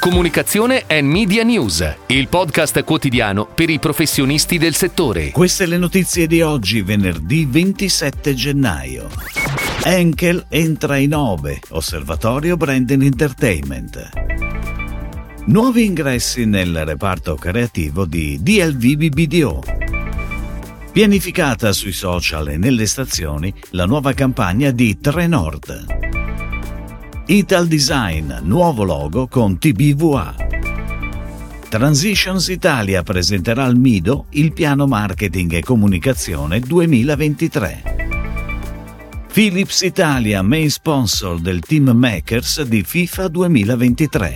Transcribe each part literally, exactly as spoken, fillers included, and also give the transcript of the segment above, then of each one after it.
Comunicazione and Media News, il podcast quotidiano per i professionisti del settore. Queste le notizie di oggi, venerdì ventisette gennaio. Henkel entra in Obe, Osservatorio Brand and Entertainment. Nuovi ingressi nel reparto creativo di D L V B B D O. Pianificata sui social e nelle stazioni la nuova campagna di Trenord. Ital Design, nuovo logo con T B V A. Transitions Italia presenterà al Mido il piano marketing e comunicazione duemilaventitré. Philips Italia, main sponsor del team Makers di FIFA duemilaventitré.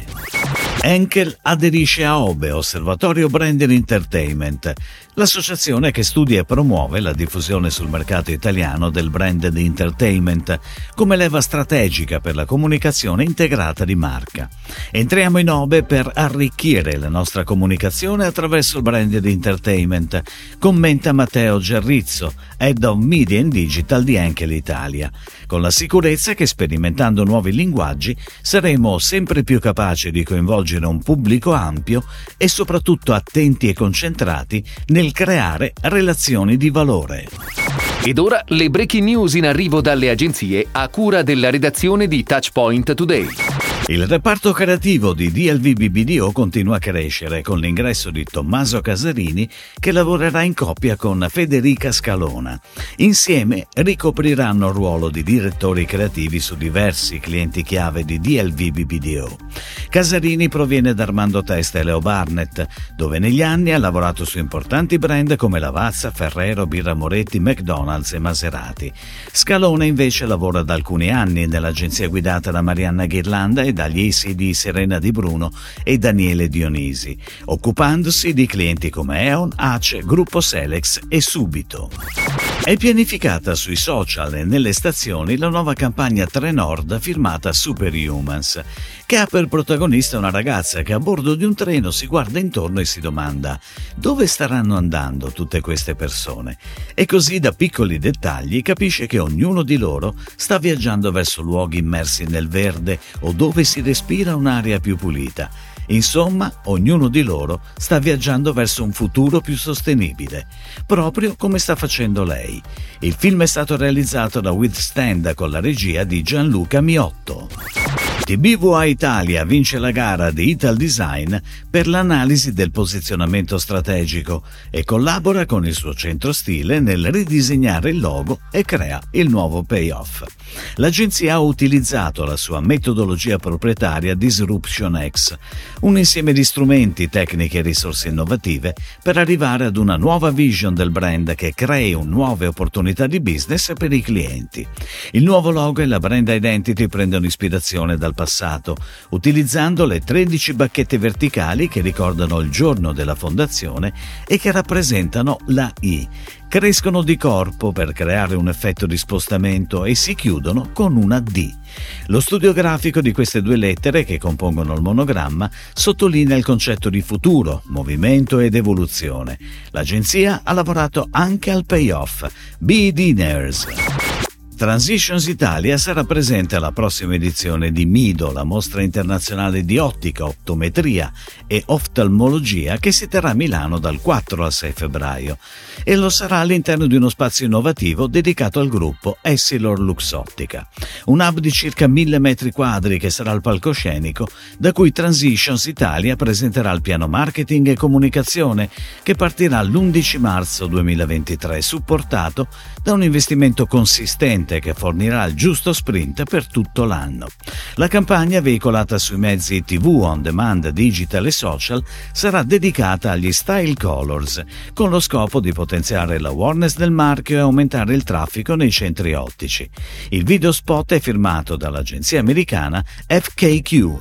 Henkel aderisce a Obe, Osservatorio Brand and Entertainment, l'associazione che studia e promuove la diffusione sul mercato italiano del brand and entertainment come leva strategica per la comunicazione integrata di marca. Entriamo in Obe per arricchire la nostra comunicazione attraverso il brand and entertainment, commenta Matteo Gerrizzo, Head of Media and Digital di Henkel Italia, con la sicurezza che sperimentando nuovi linguaggi saremo sempre più capaci di coinvolgere un pubblico ampio e soprattutto attenti e concentrati nel creare relazioni di valore. Ed ora le breaking news in arrivo dalle agenzie a cura della redazione di Touchpoint Today. Il reparto creativo di D L V B B D O continua a crescere con l'ingresso di Tommaso Casarini che lavorerà in coppia con Federica Scalona. Insieme ricopriranno il ruolo di direttori creativi su diversi clienti chiave di D L V B B D O. Casarini proviene da Armando Testa e Leo Barnett, dove negli anni ha lavorato su importanti brand come Lavazza, Ferrero, Birra Moretti, McDonald's e Maserati. Scalona invece lavora da alcuni anni nell'agenzia guidata da Marianna Ghirlanda e dagli A C di Serena Di Bruno e Daniele Dionisi, occupandosi di clienti come Eon, Ace, Gruppo Selex e Subito. È pianificata sui social e nelle stazioni la nuova campagna Trenord firmata Superhumans, che ha per protagonista una ragazza che a bordo di un treno si guarda intorno e si domanda dove staranno andando tutte queste persone, e così da piccoli dettagli capisce che ognuno di loro sta viaggiando verso luoghi immersi nel verde o dove si respira un'aria più pulita. Insomma, ognuno di loro sta viaggiando verso un futuro più sostenibile, proprio come sta facendo lei. Il film è stato realizzato da Withstand con la regia di Gianluca Miotto. T B V A Italia vince la gara di Ital Design per l'analisi del posizionamento strategico e collabora con il suo centro stile nel ridisegnare il logo e crea il nuovo payoff. L'agenzia ha utilizzato la sua metodologia proprietaria Disruption X, un insieme di strumenti, tecniche e risorse innovative per arrivare ad una nuova vision del brand che crei un nuove opportunità di business per i clienti. Il nuovo logo e la brand identity prendono ispirazione dal passato, utilizzando le tredici bacchette verticali che ricordano il giorno della fondazione e che rappresentano la I. Crescono di corpo per creare un effetto di spostamento e si chiudono con una D. Lo studio grafico di queste due lettere che compongono il monogramma sottolinea il concetto di futuro, movimento ed evoluzione. L'agenzia ha lavorato anche al payoff Be Dinners. Transitions Italia sarà presente alla prossima edizione di Mido, la mostra internazionale di ottica, optometria e oftalmologia che si terrà a Milano dal quattro al sei febbraio, e lo sarà all'interno di uno spazio innovativo dedicato al gruppo Essilor Luxottica, un hub di circa mille metri quadri che sarà il palcoscenico da cui Transitions Italia presenterà il piano marketing e comunicazione che partirà l'undici marzo duemilaventitré, supportato da un investimento consistente che fornirà il giusto sprint per tutto l'anno. La campagna, veicolata sui mezzi tivù, on demand, digital e social, sarà dedicata agli style colors, con lo scopo di potenziare l'awareness del marchio e aumentare il traffico nei centri ottici. Il video spot è firmato dall'agenzia americana F K Q.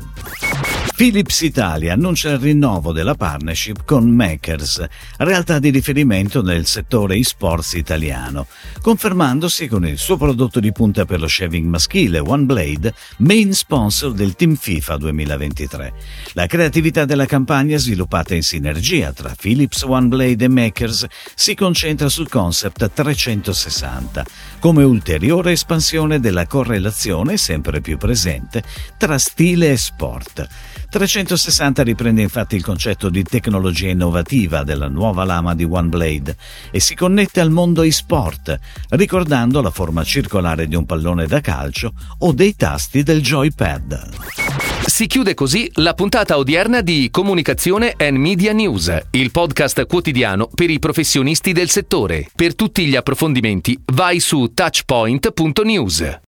Philips Italia annuncia il rinnovo della partnership con Makers, realtà di riferimento nel settore e-sports italiano, confermandosi con il suo prodotto di punta per lo shaving maschile OneBlade, main sponsor del Team FIFA duemilaventitré. La creatività della campagna, sviluppata in sinergia tra Philips, OneBlade e Makers, si concentra sul concept trecentosessanta, come ulteriore espansione della correlazione sempre più presente tra stile e sport. trecentosessanta riprende infatti il concetto di tecnologia innovativa della nuova lama di OneBlade e si connette al mondo e-sport, ricordando la forma circolare di un pallone da calcio o dei tasti del joypad. Si chiude così la puntata odierna di Comunicazione and Media News, il podcast quotidiano per i professionisti del settore. Per tutti gli approfondimenti vai su touchpoint punto news.